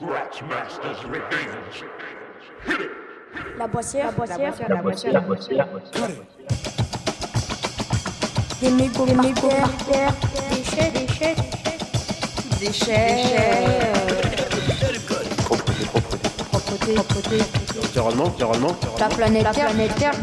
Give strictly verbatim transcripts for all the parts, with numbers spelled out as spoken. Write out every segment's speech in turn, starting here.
Scratchmaster's Revenge. Hit it. La boissière, la boissière, La boissière, la boissière, la boissière. des mégots, des mégots par terre, déchets, déchets, déchets, Propreté, propreté. propreté, propreté, Environnement, environnement. la planète Terre, planète Terre.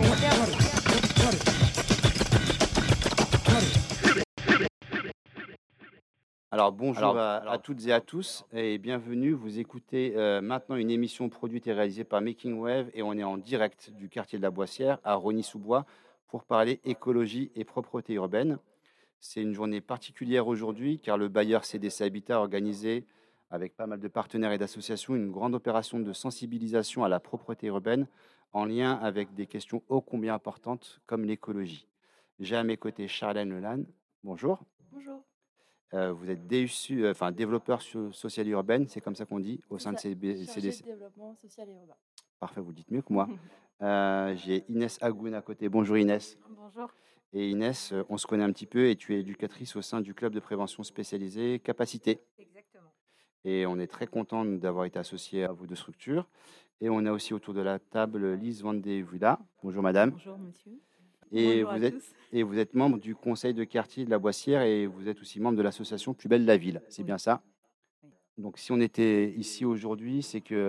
Alors bonjour Alors, à, alors, à toutes et à tous et bienvenue. Vous écoutez euh, maintenant une émission produite et réalisée par Making Wave et on est en direct du quartier de la Boissière à Rosny-sous-Bois pour parler écologie et propreté urbaine. C'est une journée particulière aujourd'hui car le bailleur C D C Habitat a organisé avec pas mal de partenaires et d'associations une grande opération de sensibilisation à la propreté urbaine en lien avec des questions ô combien importantes comme l'écologie. J'ai à mes côtés Charlène Lelanne. Bonjour. Bonjour. Euh, vous êtes D U C, euh, enfin développeur so- social et urbaine, c'est comme ça qu'on dit au C'est sein de ça, C B chargée C D C. de développement social et urbain. Parfait, vous dites mieux que moi. Euh, j'ai Inès Agoun à côté. Bonjour Inès. Bonjour. Et Inès, euh, on se connaît un petit peu et tu es éducatrice au sein du club de prévention spécialisée Capacité. Exactement. Et on est très content d'avoir été associé à vos deux structures. Et on a aussi autour de la table Lise Van de Vuda. Bonjour madame. Bonjour monsieur. Et Bonjour vous à êtes, tous. et vous êtes membre du conseil de quartier de la Boissière et vous êtes aussi membre de l'association Plus belle la ville. C'est Oui. bien ça? Oui. Donc, si on était ici aujourd'hui, c'est qu'il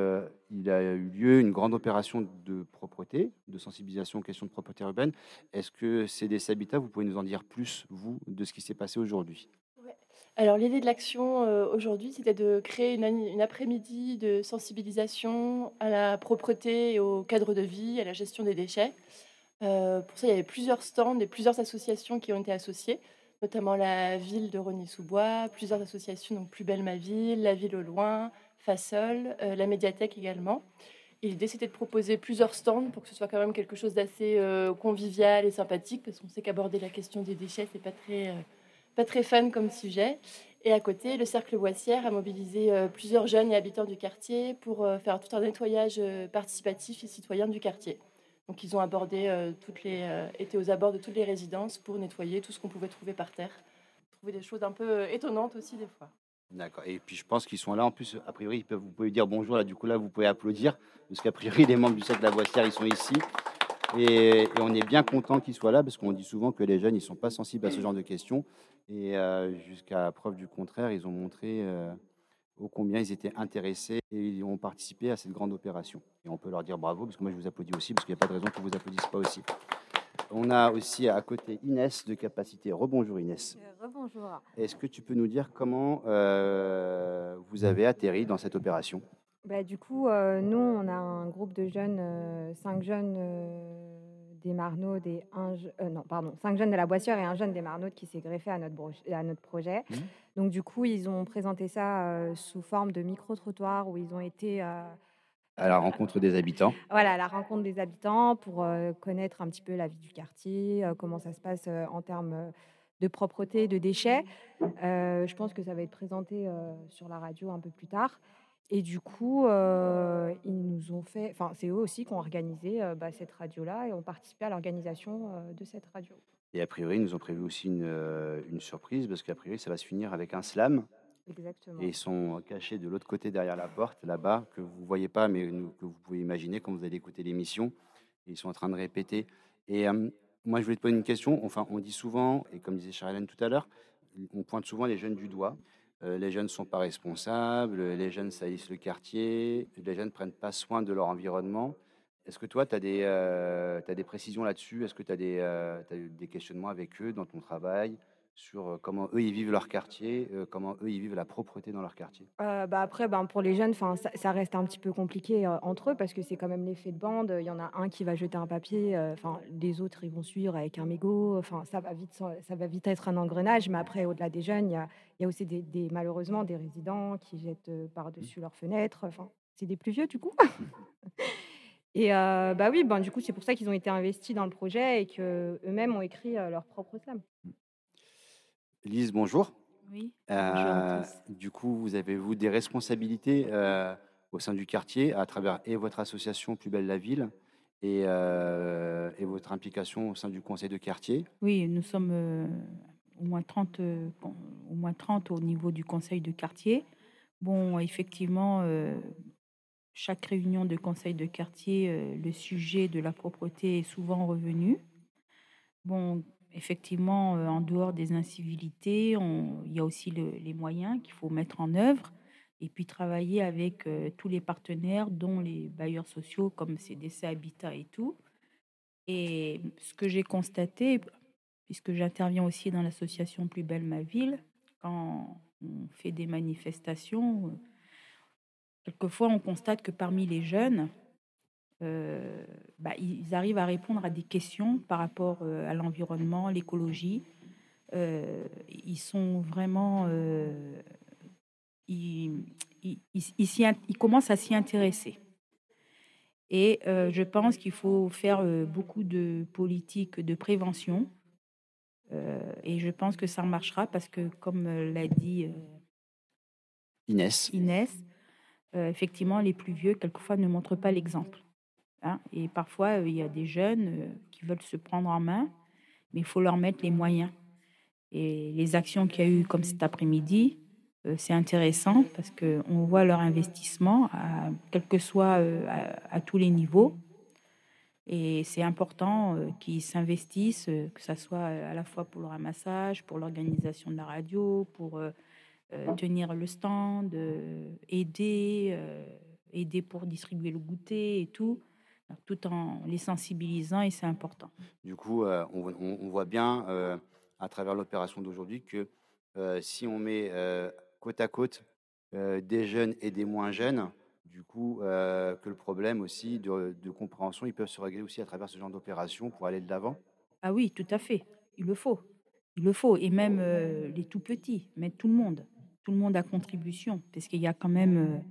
a eu lieu une grande opération de propreté, de sensibilisation aux questions de propreté urbaine. Est-ce que C D C Habitat, vous pouvez nous en dire plus, vous, de ce qui s'est passé aujourd'hui? Ouais. Alors l'idée de l'action euh, aujourd'hui, c'était de créer une, ani- une après-midi de sensibilisation à la propreté et au cadre de vie, à la gestion des déchets. Euh, pour ça, il y avait plusieurs stands et plusieurs associations qui ont été associées, notamment la ville de Rosny-sous-Bois, plusieurs associations, donc Plus belle ma ville, La ville au loin, Fasol, euh, la médiathèque également. Et l'idée, c'était de proposer plusieurs stands pour que ce soit quand même quelque chose d'assez euh, convivial et sympathique, parce qu'on sait qu'aborder la question des déchets, c'est pas très, euh, pas très fun comme sujet. Et à côté, le Cercle Boissière a mobilisé euh, plusieurs jeunes et habitants du quartier pour euh, faire tout un nettoyage euh, participatif et citoyen du quartier. Donc, ils ont abordé euh, toutes les, euh, étaient aux abords de toutes les résidences pour nettoyer tout ce qu'on pouvait trouver par terre. Trouver des choses un peu euh, étonnantes aussi des fois. D'accord. Et puis, je pense qu'ils sont là. En plus, a priori, ils peuvent, vous pouvez dire bonjour. Là, du coup, là, vous pouvez applaudir. Parce qu'a priori, les membres du cercle de la Boissière, ils sont ici. Et, et on est bien content qu'ils soient là parce qu'on dit souvent que les jeunes, ils ne sont pas sensibles à ce genre de questions. Et euh, jusqu'à preuve du contraire, ils ont montré euh, ô combien ils étaient intéressés et ils ont participé à cette grande opération. Et on peut leur dire bravo, parce que moi je vous applaudis aussi, parce qu'il n'y a pas de raison que vous applaudissez pas aussi. On a aussi à côté Inès de Capacité. Rebonjour Inès. Rebonjour. Est-ce que tu peux nous dire comment euh, vous avez atterri dans cette opération? Bah, du coup, euh, nous, on a un groupe de jeunes, euh, cinq jeunes euh, des Marnaudes et un, je- euh, non, pardon, cinq jeunes de la Boissière et un jeune des Marnaudes qui s'est greffé à notre, broche- à notre projet. Mhm. Donc, du coup, ils ont présenté ça euh, sous forme de micro-trottoirs où ils ont été euh, À la rencontre des habitants. voilà, à la rencontre des habitants pour euh, connaître un petit peu la vie du quartier, euh, comment ça se passe euh, en termes euh, de propreté, de déchets. Euh, je pense que ça va être présenté euh, sur la radio un peu plus tard. Et du coup, euh, ils nous ont fait, enfin, c'est eux aussi qui ont organisé euh, bah, cette radio-là et ont participé à l'organisation euh, de cette radio. Et a priori, ils nous ont prévu aussi une, euh, une surprise, parce qu'a priori, ça va se finir avec un slam. Exactement. Et ils sont cachés de l'autre côté derrière la porte, là-bas, que vous ne voyez pas, mais nous- que vous pouvez imaginer quand vous allez écouter l'émission. Ils sont en train de répéter. Et euh, moi, je voulais te poser une question. Enfin, on dit souvent, et comme disait Charlène tout à l'heure, on pointe souvent les jeunes du doigt. Euh, les jeunes ne sont pas responsables, les jeunes salissent le quartier, les jeunes ne prennent pas soin de leur environnement. Est-ce que toi, tu as des, euh, t'as des précisions là-dessus? Est-ce que tu as des, euh, t'as eu des questionnements avec eux dans ton travail sur euh, comment eux, ils vivent leur quartier, euh, comment eux, ils vivent la propreté dans leur quartier? Euh, bah après, ben, pour les jeunes, 'fin, ça, ça reste un petit peu compliqué euh, entre eux parce que c'est quand même l'effet de bande. Il y en a un qui va jeter un papier, euh, 'fin, les autres ils vont suivre avec un mégot. Enfin, ça va vite, ça ça va vite être un engrenage. Mais après, au-delà des jeunes, il y a, il y a aussi des, des- malheureusement des résidents qui jettent euh, par-dessus leurs fenêtres. Enfin, c'est des plus vieux du coup. Et euh, bah oui, ben, du coup, c'est pour ça qu'ils ont été investis dans le projet et que eux-mêmes ont écrit euh, leur propre slam. Lise, bonjour. Oui, bonjour Euh, à tous. du coup, vous avez, vous, des responsabilités euh, au sein du quartier à travers et votre association Plus belle la ville et, euh, et votre implication au sein du conseil de quartier. Oui, nous sommes euh, au moins trente, euh, con- au moins trente au niveau du conseil de quartier Bon, effectivement, euh, chaque réunion de conseil de quartier, euh, le sujet de la propreté est souvent revenu. Bon, effectivement, euh, en dehors des incivilités, on- il y a aussi le- les moyens qu'il faut mettre en œuvre et puis travailler avec euh, tous les partenaires, dont les bailleurs sociaux comme C D C Habitat et tout. Et ce que j'ai constaté, puisque j'interviens aussi dans l'association Plus belle ma ville, quand on fait des manifestations, euh, quelquefois on constate que parmi les jeunes, euh, bah, ils arrivent à répondre à des questions par rapport euh, à l'environnement, l'écologie. Euh, ils sont vraiment, euh, ils, ils, ils- ils s'y int- ils commencent à s'y intéresser. Et euh, je pense qu'il faut faire euh, beaucoup de politiques de prévention. Euh, et je pense que ça marchera parce que, comme euh, l'a dit euh, Inès. Inès, euh, effectivement, les plus vieux, quelquefois, ne montrent pas l'exemple, hein. Et parfois, euh, il y a des jeunes euh, qui veulent se prendre en main, mais il faut leur mettre les moyens. Et les actions qu'il y a eu comme cet après-midi, euh, c'est intéressant parce qu'on voit leur investissement, à, quel que soit euh, à, à tous les niveaux. Et c'est important euh, qu'ils s'investissent, euh, que ce soit à la fois pour le ramassage, pour l'organisation de la radio, pour euh, euh, tenir le stand, euh, aider, euh, aider pour distribuer le goûter et tout, donc, tout en les sensibilisant et c'est important. Du coup, euh, on, on- on voit bien euh, à travers l'opération d'aujourd'hui que euh, si on met euh, côte à côte euh, des jeunes et des moins jeunes, du coup, euh, que le problème aussi de, de compréhension, ils peuvent se régler aussi à travers ce genre d'opération pour aller de l'avant. Ah oui, tout à fait, il le faut. Il le faut. Et même euh, les tout petits, mettre tout le monde, tout le monde à contribution, parce qu'il y a quand même, euh,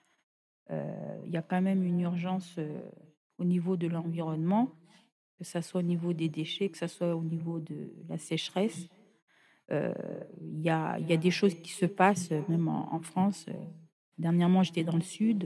euh, il y a quand même une urgence euh, au niveau de l'environnement, que ce soit au niveau des déchets, que ce soit au niveau de la sécheresse. Euh, Il y a, il y a des choses qui se passent, euh, même en, en France. Euh, Dernièrement, j'étais dans le sud.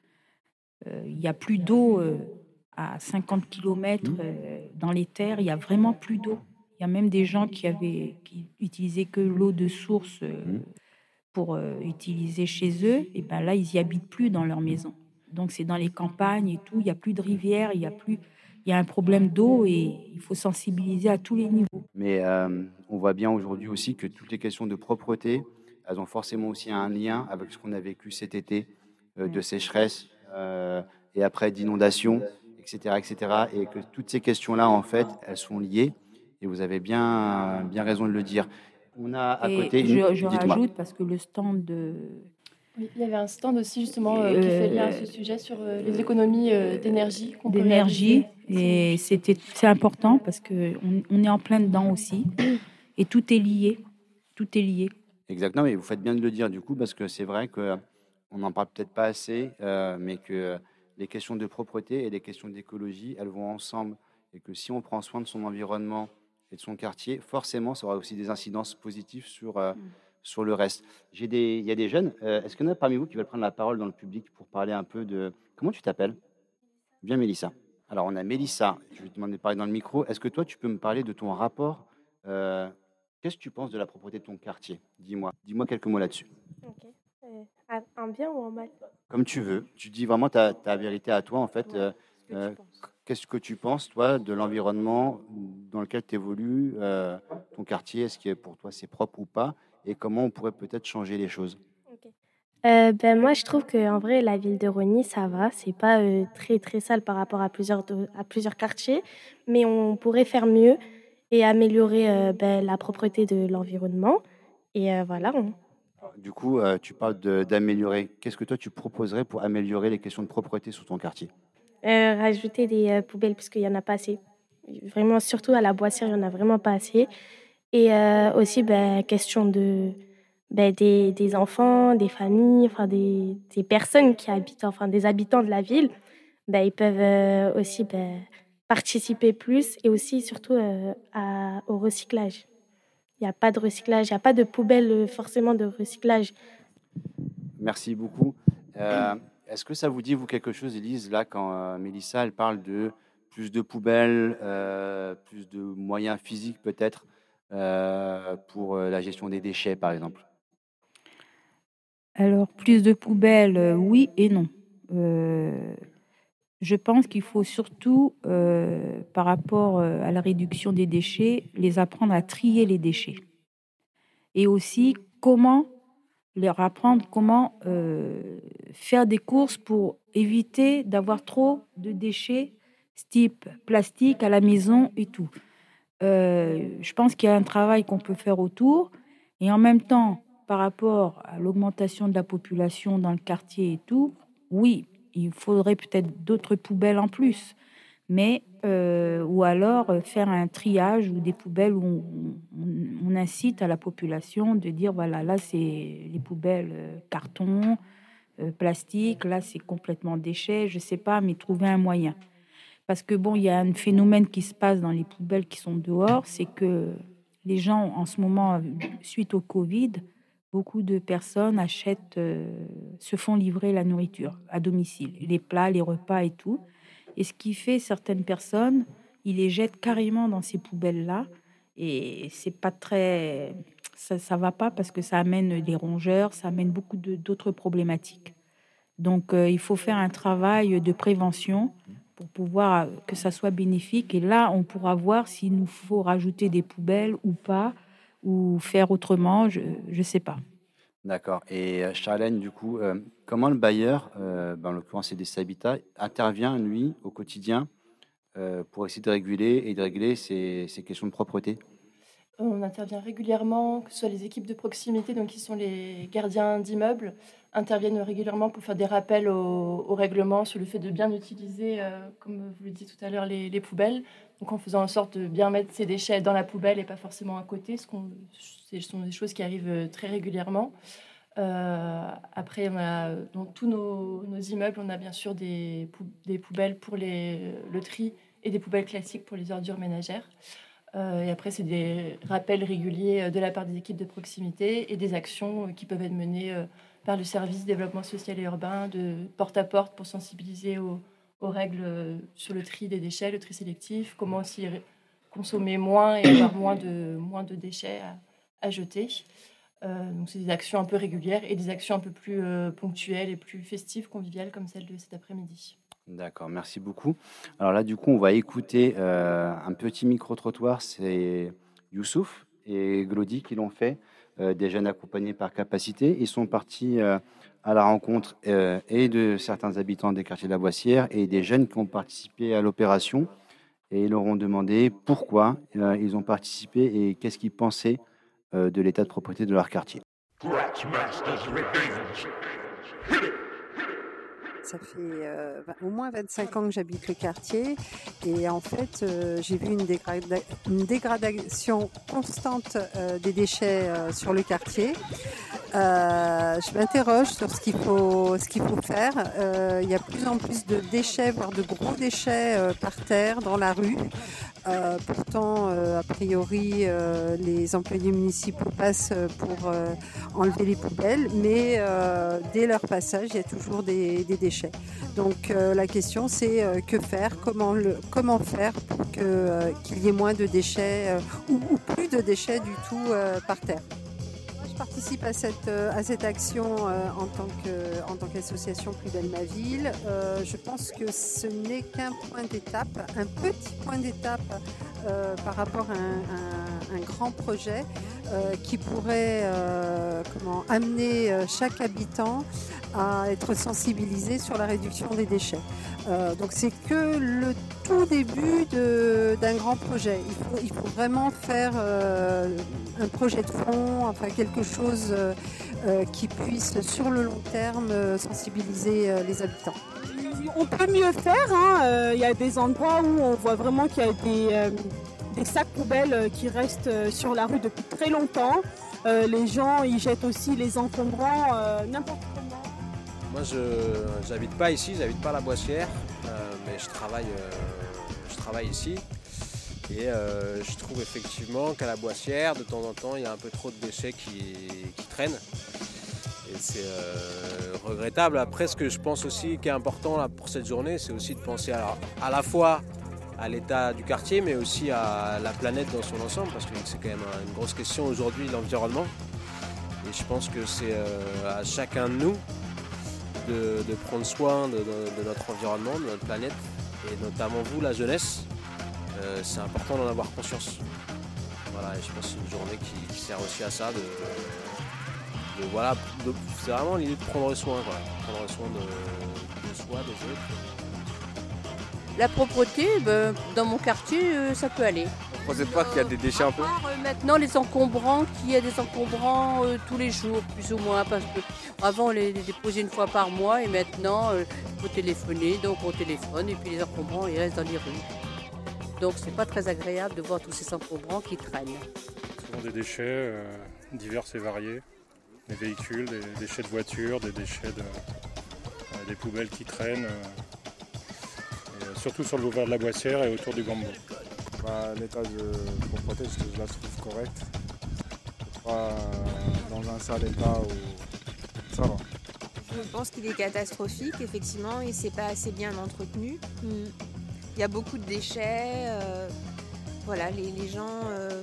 Euh, il n'y a plus d'eau euh, à cinquante kilomètres euh, dans les terres. Il n'y a vraiment plus d'eau. Il y a même des gens qui avaient qui utilisaient que l'eau de source euh, Mhm. pour euh, utiliser chez eux. Et ben là, ils y habitent plus dans leur maison. Donc c'est dans les campagnes et tout. Il n'y a plus de rivière. Il y a plus. Il y a un problème d'eau et il faut sensibiliser à tous les niveaux. Mais euh, on voit bien aujourd'hui aussi que toutes les questions de propreté, elles ont forcément aussi un lien avec ce qu'on a vécu cet été euh, de Ouais. sécheresse euh, et après d'inondations, et cetera, et cetera. Et que toutes ces questions-là, en fait, elles sont liées. Et vous avez bien, bien raison de le dire. On a à Et côté une... je, je Dites-moi. rajoute parce que le stand de Oui, il y avait un stand aussi justement euh, qui fait lien à euh, ce sujet sur euh, les économies euh, d'énergie qu'on peut d'énergie réaliser. et c'était c'est important parce que on, on est en plein dedans aussi et tout est lié, tout est lié. Exactement, mais vous faites bien de le dire du coup, parce que c'est vrai qu'on n'en parle peut-être pas assez, euh, mais que les questions de propreté et les questions d'écologie, elles vont ensemble. Et que si on prend soin de son environnement et de son quartier, forcément, ça aura aussi des incidences positives sur, euh, sur le reste. J'ai des, il y a des jeunes. euh, Est-ce qu'il y en a parmi vous qui veulent prendre la parole dans le public pour parler un peu de... Comment tu t'appelles? Bien, Mélissa. Alors, on a Mélissa. Je vais te demander de parler dans le micro. Est-ce que toi, tu peux me parler de ton rapport euh, Qu'est-ce que tu penses de la propreté de ton quartier? Dis-moi. Dis-moi quelques mots là-dessus. Ok. Euh, un un bien ou un mal? Comme tu veux. Tu dis vraiment ta, ta vérité à toi, en fait. Ouais, Euh, ce que euh, tu penses. Qu'est-ce que tu penses, toi, de l'environnement dans lequel tu évolues, euh, ton quartier? Est-ce que pour toi, c'est propre ou pas? Et comment on pourrait peut-être changer les choses? Ok. Euh, ben moi, je trouve que en vrai, la ville de Rony, ça va. C'est pas euh, très très sale par rapport à plusieurs de- à plusieurs quartiers, mais on pourrait faire mieux et améliorer euh, ben, la propreté de l'environnement. Et euh, voilà. on- Du coup, euh, tu parles de- d'améliorer. Qu'est-ce que toi, tu proposerais pour améliorer les questions de propreté sur ton quartier? Euh, rajouter des euh, poubelles parce qu'il y en a pas assez. Vraiment, surtout à la Boissière, il y en a vraiment pas assez. Et euh, aussi, ben, question de ben, des, des enfants, des familles, enfin des, des personnes qui habitent, enfin des habitants de la ville, ben, ils peuvent euh, aussi ben, participer plus et aussi surtout euh, à- au recyclage. Il n'y a pas de recyclage, il n'y a pas de poubelle euh, forcément de recyclage. Merci beaucoup. Euh, Est-ce que ça vous dit, vous, quelque chose, Élise, là, quand euh, Mélissa, elle parle de plus de poubelles, euh, plus de moyens physiques peut-être euh, pour euh, la gestion des déchets, par exemple? Alors, plus de poubelles, euh, oui et non. Euh, je pense qu'il faut surtout, euh, par rapport euh, à la réduction des déchets, les apprendre à trier les déchets. Et aussi, comment leur apprendre comment euh, faire des courses pour éviter d'avoir trop de déchets type plastique à la maison et tout. Euh, je pense qu'il y a un travail qu'on peut faire autour. Et en même temps, par rapport à l'augmentation de la population dans le quartier et tout, oui, il faudrait peut-être d'autres poubelles en plus. Mais, euh, ou alors euh, faire un triage ou des poubelles où on, on- on incite à la population de dire, voilà, là, c'est les poubelles euh, carton, euh, plastique, là, c'est complètement déchets, je sais pas, mais trouver un moyen. Parce que bon, il y a un phénomène qui se passe dans les poubelles qui sont dehors, c'est que les gens, en ce moment, suite au Covid, beaucoup de personnes achètent, euh, se font livrer la nourriture à domicile, les plats, les repas et tout. Et ce qui fait certaines personnes, ils les jettent carrément dans ces poubelles-là. Et c'est pas très, ça, ça va pas parce que ça amène des rongeurs, ça amène beaucoup de- d'autres problématiques. Donc, euh, il faut faire un travail de prévention pour pouvoir euh, que ça soit bénéfique. Et là, on pourra voir s'il nous faut rajouter des poubelles ou pas, ou faire autrement, je ne sais pas. D'accord. Et euh, Charlène, du coup, euh, comment le bailleur, euh, ben, en l'occurrence C D C Habitat, intervient, lui, au quotidien euh, pour essayer de réguler et de régler ces, ces questions de propreté? On intervient régulièrement, que ce soit les équipes de proximité, donc qui sont les gardiens d'immeubles, interviennent régulièrement pour faire des rappels au, au règlement sur le fait de bien utiliser, euh, comme vous le disiez tout à l'heure, les, les poubelles. Donc en faisant en sorte de bien mettre ses déchets dans la poubelle et pas forcément à côté, ce, qu'on, ce sont des choses qui arrivent euh, très régulièrement. Euh, après, on a, dans tous nos, nos immeubles, on a bien sûr des, pou- des poubelles pour les, le tri et des poubelles classiques pour les ordures ménagères. Euh, et après, c'est des rappels réguliers euh, de la part des équipes de proximité et des actions euh, qui peuvent être menées euh, par le service développement social et urbain de porte à porte pour sensibiliser aux, aux règles euh, sur le tri des déchets, le tri sélectif, comment aussi ré- consommer moins et avoir moins de, moins de déchets à, à jeter. Euh, donc, c'est des actions un peu régulières et des actions un peu plus euh, ponctuelles et plus festives, conviviales, comme celle de cet après-midi. D'accord, merci beaucoup. Alors là, du coup, on va écouter euh, un petit micro-trottoir. C'est Youssouf et Glody qui l'ont fait, euh, des jeunes accompagnés par Capacité. Ils sont partis euh, à la rencontre euh, et de certains habitants des quartiers de la Boissière et des jeunes qui ont participé à l'opération. Et ils leur ont demandé pourquoi euh, ils ont participé et qu'est-ce qu'ils pensaient euh, de l'état de propreté de leur quartier. Scratchmaster's Revenge. Hit it. Ça fait euh, vingt- au moins vingt-cinq ans que j'habite le quartier et en fait euh, j'ai vu une, dégrada- une dégradation constante euh, des déchets euh, sur le quartier. Euh, je m'interroge sur ce qu'il faut, ce qu'il faut faire. Euh, il y a de plus en plus de déchets, voire de gros déchets euh, par terre, dans la rue. Euh, pourtant, euh, a priori, euh, les employés municipaux passent pour euh, enlever les poubelles, mais euh, dès leur passage, il y a toujours des, des déchets. Donc euh, la question, c'est euh, que faire, comment, le, comment faire pour que, euh, qu'il y ait moins de déchets euh, ou, ou plus de déchets du tout euh, par terre. Je participe à cette, à cette action euh, en tant que, en tant qu'association Plus belle ma ville. Euh, je pense que ce n'est qu'un point d'étape, un petit point d'étape euh, par rapport à un, un, un grand projet euh, qui pourrait euh, comment, amener chaque habitant à être sensibilisé sur la réduction des déchets. Euh, donc c'est que le tout début de, d'un grand projet. Il faut, il faut vraiment faire euh, un projet de fond, enfin quelque chose euh, euh, qui puisse sur le long terme euh, sensibiliser euh, les habitants. On peut mieux faire, hein. Euh, il y a des endroits où on voit vraiment qu'il y a des, euh, des sacs poubelles qui restent sur la rue depuis très longtemps. Euh, les gens ils jettent aussi les encombrants euh, n'importe comment. Moi, je n'habite pas ici, j'habite pas à la Boissière, euh, mais je travaille, euh, je travaille ici. Et euh, je trouve effectivement qu'à la Boissière, de temps en temps, il y a un peu trop de déchets qui, qui traînent. Et c'est euh, regrettable. Après, ce que je pense aussi qui est important là, pour cette journée, c'est aussi de penser à, à la fois à l'état du quartier, mais aussi à la planète dans son ensemble, parce que c'est quand même une grosse question aujourd'hui, l'environnement. Et je pense que c'est euh, à chacun de nous de, de prendre soin de, de, de notre environnement, de notre planète, et notamment vous, la jeunesse. Euh, c'est important d'en avoir conscience. Voilà, et je pense que c'est une journée qui, qui sert aussi à ça. De, de, voilà, de, c'est vraiment l'idée de prendre soin, quoi. Prendre soin de, de soi, des autres. La propreté, ben, dans mon quartier, euh, ça peut aller. Vous ne pensez pas qu'il y a des déchets un peu? Euh, maintenant, les encombrants, qu'il y a des encombrants euh, tous les jours, plus ou moins, parce que avant on les déposait une fois par mois, et maintenant, il euh, faut téléphoner, donc on téléphone, et puis les encombrants, ils restent dans les rues. Donc c'est pas très agréable de voir tous ces encombrants qui traînent. Souvent des déchets euh, divers et variés, des véhicules, des déchets de voitures, des déchets de, euh, des poubelles qui traînent, euh, et, euh, surtout sur le boulevard de la Boissière et autour du Gambo. Bah, l'état de propreté, je la trouve correcte. C'est pas dans un sale état où ça va. Je pense qu'il est catastrophique, effectivement, et c'est pas assez bien entretenu. Mm. Il y a beaucoup de déchets, euh, voilà, les, les gens euh,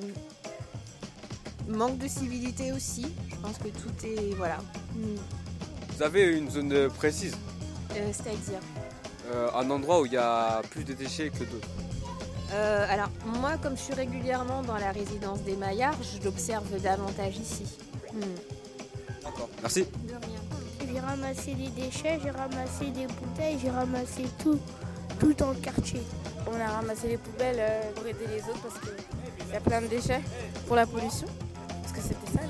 manquent de civilité aussi. Je pense que tout est, voilà. Mm. Vous avez une zone précise? euh, C'est-à-dire euh, un endroit où il y a plus de déchets que d'autres? euh, Alors, moi, comme je suis régulièrement dans la résidence des Maillards, je l'observe davantage ici. Mm. D'accord, merci. De rien. J'ai ramassé des déchets, j'ai ramassé des bouteilles, j'ai ramassé tout. Tout dans le quartier. On a ramassé les poubelles euh, pour aider les autres parce qu'il y a plein de déchets pour la pollution, parce que c'était sale.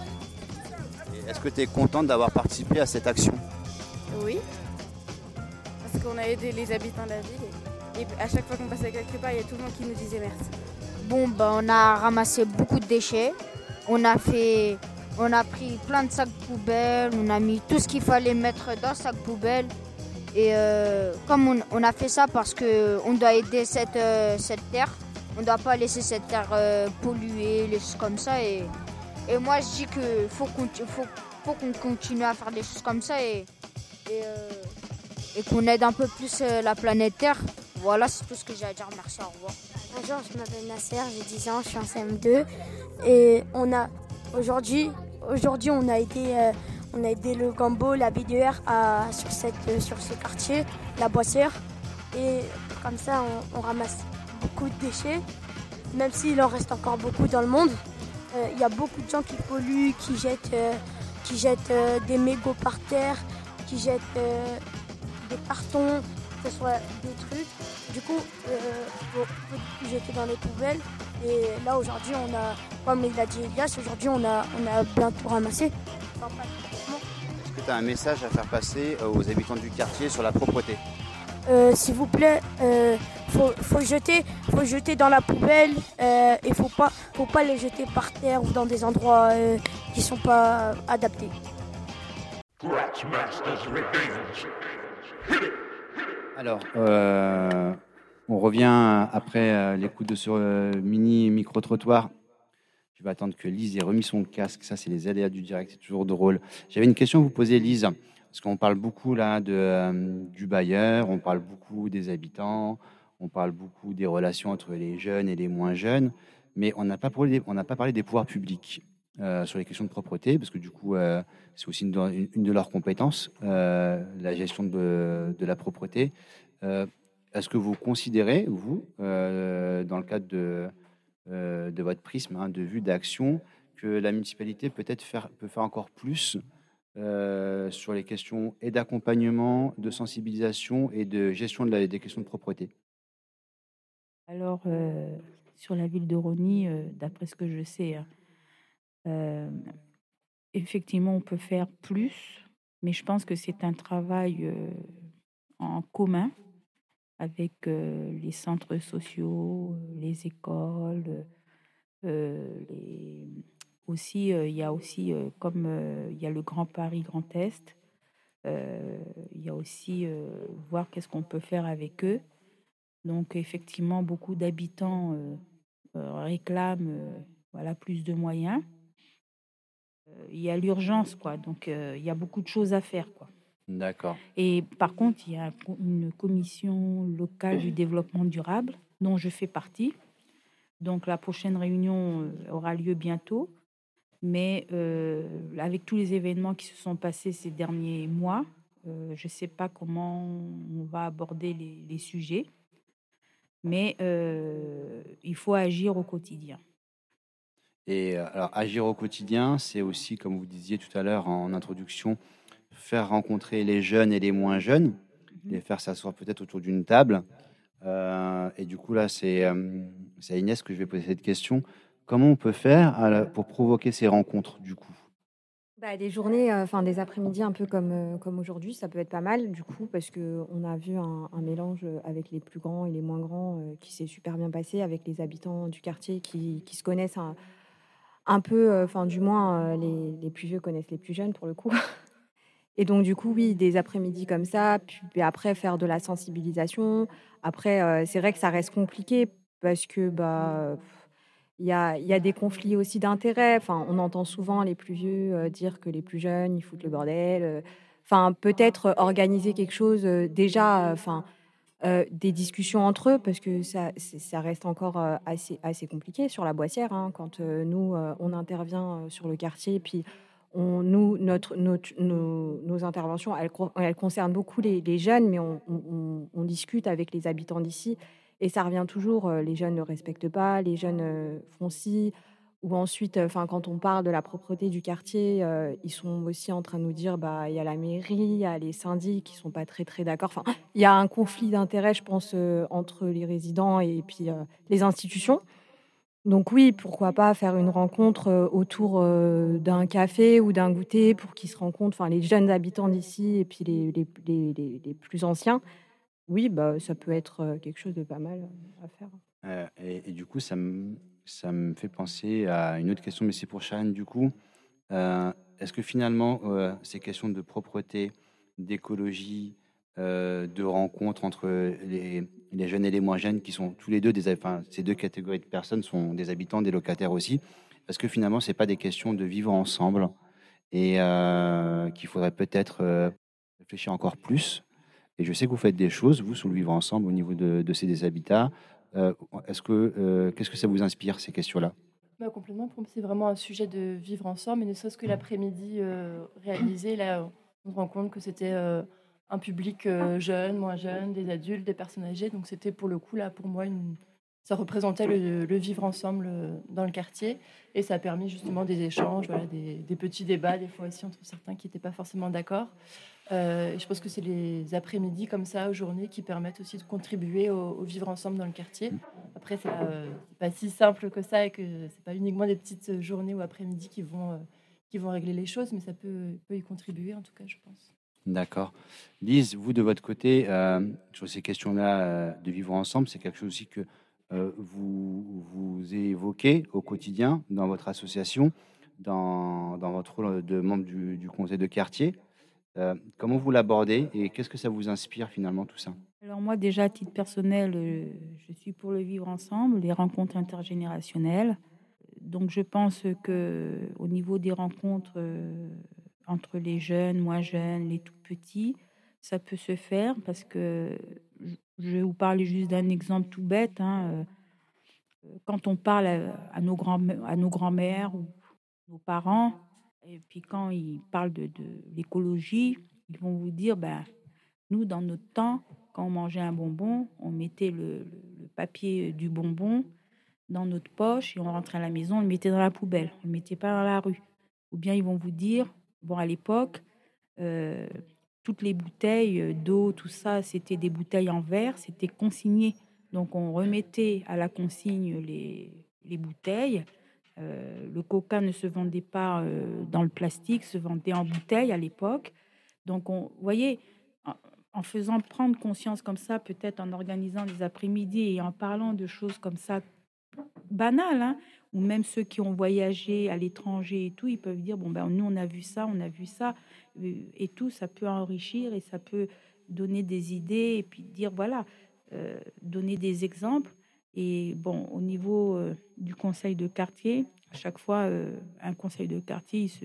Et est-ce que tu es contente d'avoir participé à cette action? Oui, parce qu'on a aidé les habitants de la ville et, et à chaque fois qu'on passait quelque part, il y a tout le monde qui nous disait merci. Bon, bah, on a ramassé beaucoup de déchets, on a fait, on a pris plein de sacs poubelles, on a mis tout ce qu'il fallait mettre dans le sac poubelle. Et euh, comme on, on a fait ça parce qu'on doit aider cette, euh, cette terre, on ne doit pas laisser cette terre euh, polluer, les choses comme ça. Et, et moi, je dis qu'il faut, faut, faut qu'on continue à faire des choses comme ça et, et, euh, et qu'on aide un peu plus euh, la planète Terre. Voilà, c'est tout ce que j'ai à dire. Merci, au revoir. Bonjour, je m'appelle Nasser, j'ai dix ans, je suis en C M deux. Et on a, aujourd'hui, aujourd'hui on a été... Euh, On a aidé le Gambo, la B D R à, sur, cette, sur ce quartier, la Boissière. Et comme ça, on, on ramasse beaucoup de déchets, même s'il en reste encore beaucoup dans le monde. Il euh, y a beaucoup de gens qui polluent, qui jettent, euh, qui jettent euh, des mégots par terre, qui jettent euh, des cartons, que ce soit des trucs. Du coup, il euh, faut, faut tout jeter dans les poubelles. Et là, aujourd'hui, on a, comme il a dit Elias, aujourd'hui, on a, on a bien tout ramassé. Enfin, est-ce que tu as un message à faire passer aux habitants du quartier sur la propreté? euh, S'il vous plaît, euh, faut, faut jeter, faut jeter dans la poubelle euh, et faut pas, faut pas les jeter par terre ou dans des endroits euh, qui sont pas adaptés. Alors, euh, on revient après l'écoute de ce euh, mini micro-trottoir. Je vais attendre que Lise ait remis son casque. Ça, c'est les aléas du direct. C'est toujours drôle. J'avais une question à vous poser, Lise. Parce qu'on parle beaucoup là de, euh, du bailleur, on parle beaucoup des habitants, on parle beaucoup des relations entre les jeunes et les moins jeunes. Mais on n'a pas parlé des, on n'a pas parlé des pouvoirs publics euh, sur les questions de propreté. Parce que du coup, euh, c'est aussi une de, une de leurs compétences, euh, la gestion de, de la propreté. Euh, est-ce que vous considérez, vous, euh, dans le cadre de... Euh, de votre prisme, hein, de vue d'action, que la municipalité peut-être faire, peut faire encore plus euh, sur les questions et d'accompagnement, de sensibilisation et de gestion de la, des questions de propreté? Alors, euh, sur la ville de Rosny, euh, d'après ce que je sais, hein, euh, effectivement, on peut faire plus, mais je pense que c'est un travail euh, en commun avec euh, les centres sociaux, les écoles, euh, les... aussi il euh, y a aussi euh, comme il euh, y a le Grand Paris Grand Est, il euh, y a aussi euh, voir qu'est-ce qu'on peut faire avec eux. Donc effectivement, beaucoup d'habitants euh, euh, réclament euh, voilà plus de moyens. Il euh, y a l'urgence quoi, donc il euh, y a beaucoup de choses à faire quoi. D'accord. Et par contre, il y a une commission locale du développement durable dont je fais partie. Donc la prochaine réunion aura lieu bientôt. Mais euh, avec tous les événements qui se sont passés ces derniers mois, euh, je ne sais pas comment on va aborder les, les sujets, mais euh, il faut agir au quotidien. Et euh, alors, agir au quotidien, c'est aussi, comme vous disiez tout à l'heure en introduction, faire rencontrer les jeunes et les moins jeunes, les faire s'asseoir peut-être autour d'une table. Euh, et du coup, là, c'est euh, c'est à Inès que je vais poser cette question. Comment on peut faire à la- pour provoquer ces rencontres, du coup? Bah, des journées, euh, enfin des après-midi un peu comme, euh, comme aujourd'hui, ça peut être pas mal du coup parce que on a vu un, un mélange avec les plus grands et les moins grands euh, qui s'est super bien passé avec les habitants du quartier qui, qui se connaissent un, un peu, euh, enfin du moins euh, les, les plus vieux connaissent les plus jeunes pour le coup. Et donc du coup, oui, des après-midi comme ça, puis après faire de la sensibilisation. Après, euh, c'est vrai que ça reste compliqué parce que bah il y a, il y a des conflits aussi d'intérêts. Enfin, on entend souvent les plus vieux euh, dire que les plus jeunes, ils foutent le bordel. euh. Enfin, peut-être organiser quelque chose euh, déjà, euh, enfin, euh, des discussions entre eux, parce que ça, c'est- ça reste encore euh, assez, assez compliqué sur la Boissière, hein, quand euh, nous, euh, on intervient euh, sur le quartier, puis on, nous, notre, notre- nos, nos interventions, elles, co- elles concernent beaucoup les, les jeunes, mais on, on- on- on discute avec les habitants d'ici, et ça revient toujours, euh, les jeunes ne respectent pas, les jeunes euh, font ci, ou ensuite, euh, enfin, quand on parle de la propreté du quartier, euh, ils sont aussi en train de nous dire, bah, il y a la mairie, il y a les syndics qui sont pas très très d'accord. Enfin, il y a un conflit d'intérêts, je pense, euh, entre les résidents et puis euh, les institutions. Donc oui, pourquoi pas faire une rencontre euh, autour euh, d'un café ou d'un goûter pour qu'ils se rencontrent, enfin les jeunes habitants d'ici et puis les, les, les- les- les plus anciens. Oui, bah, ça peut être euh, quelque chose de pas mal euh, à faire. Euh, et, et du coup, ça me, ça me fait penser à une autre question, mais c'est pour Sharon, du coup. Euh, Est-ce que finalement, euh, ces questions de propreté, d'écologie, euh, de rencontre entre les, les jeunes et les moins jeunes, qui sont tous les deux des, enfin, ces deux catégories de personnes sont des habitants, des locataires aussi, est-ce que finalement, c'est pas des questions de vivre ensemble et euh, qu'il faudrait peut-être euh, réfléchir encore plus? Et je sais que vous faites des choses, vous, sur le vivre ensemble au niveau de, de ces des habitats. Euh, est-ce que, euh, qu'est-ce que ça vous inspire, ces questions-là? Bah, complètement, pour moi, c'est vraiment un sujet de vivre ensemble, et ne serait-ce que l'après-midi euh, réalisé, là, on se rend compte que c'était euh, un public euh, jeune, moins jeune, des adultes, des personnes âgées, donc c'était pour le coup, là, pour moi, une... ça représentait le, le vivre ensemble euh, dans le quartier, et ça a permis justement des échanges, voilà, des, des petits débats, des fois aussi entre certains qui n'étaient pas forcément d'accord. Euh, et je pense que c'est les après-midi comme ça, aux journées, qui permettent aussi de contribuer au, au vivre ensemble dans le quartier. Après, c'est pas, euh, c'est pas si simple que ça, et que c'est pas uniquement des petites journées ou après-midi qui vont, euh, qui vont régler les choses, mais ça peut, peut y contribuer, en tout cas, je pense. D'accord. Lise, vous, de votre côté, euh, sur ces questions-là euh, de vivre ensemble, c'est quelque chose aussi que euh, vous, vous évoquez au quotidien dans votre association, dans, dans votre rôle de membre du, du conseil de quartier. Euh, comment vous l'abordez et qu'est-ce que ça vous inspire finalement tout ça? Alors moi, déjà, à titre personnel, euh, je suis pour le vivre ensemble, les rencontres intergénérationnelles. Donc je pense que au niveau des rencontres euh, entre les jeunes, moins jeunes, les tout petits, ça peut se faire parce que je je vais vous parler juste d'un exemple tout bête, hein, euh, Quand on parle à, à nos grands, à nos grands-mères ou nos parents, et puis quand ils parlent de, de l'écologie, ils vont vous dire, ben, nous, dans notre temps, quand on mangeait un bonbon, on mettait le, le- le papier du bonbon dans notre poche et on rentrait à la maison, on le mettait dans la poubelle, on ne le mettait pas dans la rue. Ou bien ils vont vous dire, bon, à l'époque, euh, toutes les bouteilles euh, d'eau, tout ça, c'était des bouteilles en verre, c'était consigné. Donc on remettait à la consigne les, les bouteilles. Euh, le coca ne se vendait pas euh, dans le plastique, se vendait en bouteille à l'époque. Donc, on, vous voyez, en, en faisant prendre conscience comme ça, peut-être en organisant des après-midi et en parlant de choses comme ça, banales, hein, ou même ceux qui ont voyagé à l'étranger et tout, ils peuvent dire, bon, ben, nous, on a vu ça, on a vu ça, euh, et tout, ça peut enrichir et ça peut donner des idées et puis dire, voilà, euh, donner des exemples. Et bon, au niveau euh, du conseil de quartier, à chaque fois, euh, un conseil de quartier, il se,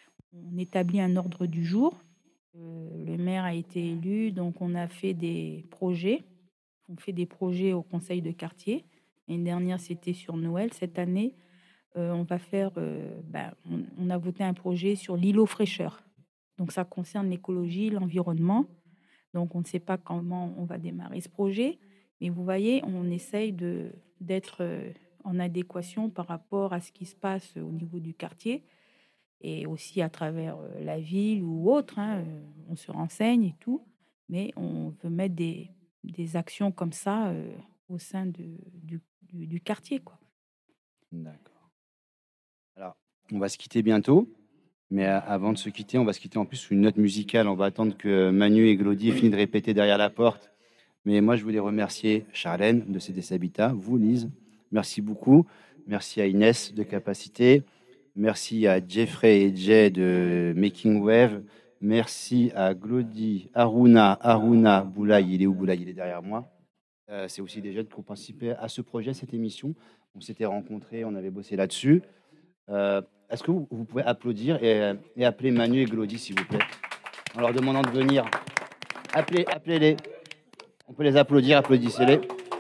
on établit un ordre du jour. Euh, le maire a été élu, donc on a fait des projets. On fait des projets au conseil de quartier. L'année dernière, c'était sur Noël. Cette année, euh, on va faire, euh, ben, on, on a voté un projet sur l'îlot fraîcheur. Donc ça concerne l'écologie, l'environnement. Donc on ne sait pas comment on va démarrer ce projet, mais vous voyez, on essaye de, d'être euh, en adéquation par rapport à ce qui se passe au niveau du quartier et aussi à travers euh, la ville ou autre. Hein, euh, on se renseigne et tout, mais on veut mettre des, des actions comme ça euh, au sein de, du, du, du quartier, quoi. D'accord. Alors, on va se quitter bientôt, mais euh, avant de se quitter, on va se quitter en plus sous une note musicale. On va attendre que Manu et Glody aient fini de répéter derrière la porte. Mais moi, je voulais remercier Charlène de C D S Habitat, vous, Lise, merci beaucoup. Merci à Inès de Capacité. Merci à Jeffrey et Jay de Making Wave. Merci à Glody, Aruna, Aruna, Boulaye. Il est où Boulaye? Il est derrière moi. Euh, c'est aussi des jeunes qui ont participé à ce projet, cette émission. On s'était rencontrés, on avait bossé là-dessus. Euh, est-ce que vous, vous pouvez applaudir et, et appeler Manu et Glody, s'il vous plaît, en leur demandant de venir? Appelez, appelez-les. On peut les applaudir, applaudissez-les.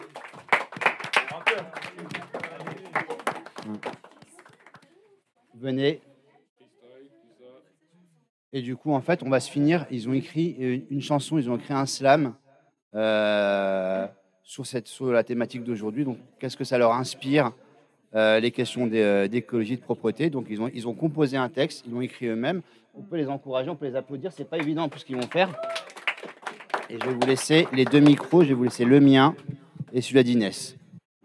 Venez. Et du coup, en fait, on va se finir. Ils ont écrit une chanson, ils ont écrit un slam euh, sur, cette, sur la thématique d'aujourd'hui. Donc, qu'est-ce que ça leur inspire, euh, les questions d'écologie, de propreté. Donc, ils ont, ils ont composé un texte, ils l'ont écrit eux-mêmes. On peut les encourager, on peut les applaudir. C'est pas évident en plus ce qu'ils vont faire. Et je vais vous laisser les deux micros. Je vais vous laisser le mien et celui d'Inès.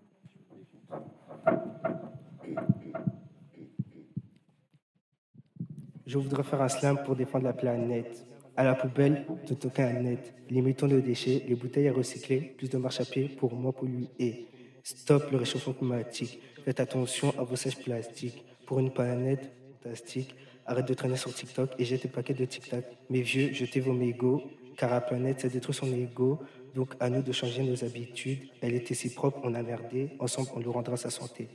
Je voudrais faire un slam pour défendre la planète. À la poubelle, tout aucun net. Limitons nos déchets, les bouteilles à recycler, plus de marche à pied pour moins polluer. Stop le réchauffement climatique. Faites attention à vos sacs plastiques. Pour une planète fantastique, arrête de traîner sur TikTok et jette tes paquets de tic-tac. Mes vieux, jetez vos mégots, car la planète, ça détruit son ego. Donc à nous de changer nos habitudes. Elle était si propre, on a merdé. Ensemble, on lui rendra sa santé.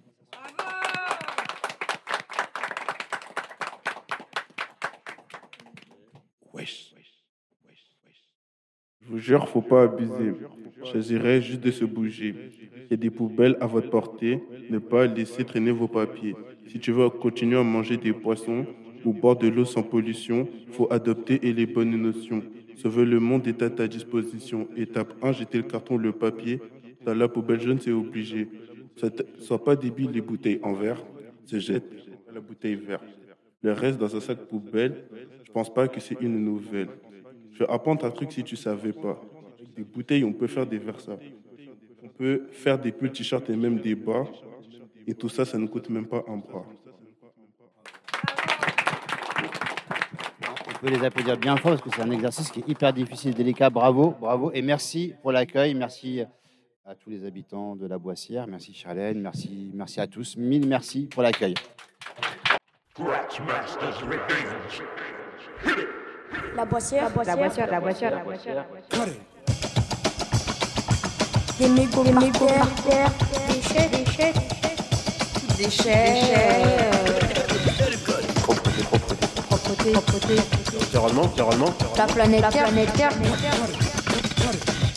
Wesh. Je vous jure, faut pas abuser. J'essaierai juste de se bouger. Il y a des poubelles à votre portée. Ne pas laisser traîner vos papiers. Si tu veux continuer à manger des poissons ou boire de l'eau sans pollution, faut adopter et les bonnes notions. Sauver le monde est à ta disposition. Étape un, jeter le carton, le papier. Dans la poubelle jaune, c'est obligé. Sois pas débile, les bouteilles en verre se jettent à la bouteille verte. Le reste dans un sac poubelle, je pense pas que c'est une nouvelle. Je vais apprendre un truc si tu savais pas. Avec des bouteilles, on peut faire des versailles. On peut faire des pulls, t-shirts et même des bas. Et tout ça, ça ne coûte même pas un bras. On peut les applaudir bien fort parce que c'est un exercice qui est hyper difficile, délicat. Bravo, bravo. Et merci pour l'accueil. Merci à tous les habitants de la Boissière. Merci Charlène. Merci, merci à tous. Mille merci pour l'accueil. La Boissière, La Boissière, la Boissière, la Boissière. des mégots par terre, déchets, déchets, Déchets. Propreté, propreté. Environnement, environnement. la planète Terre.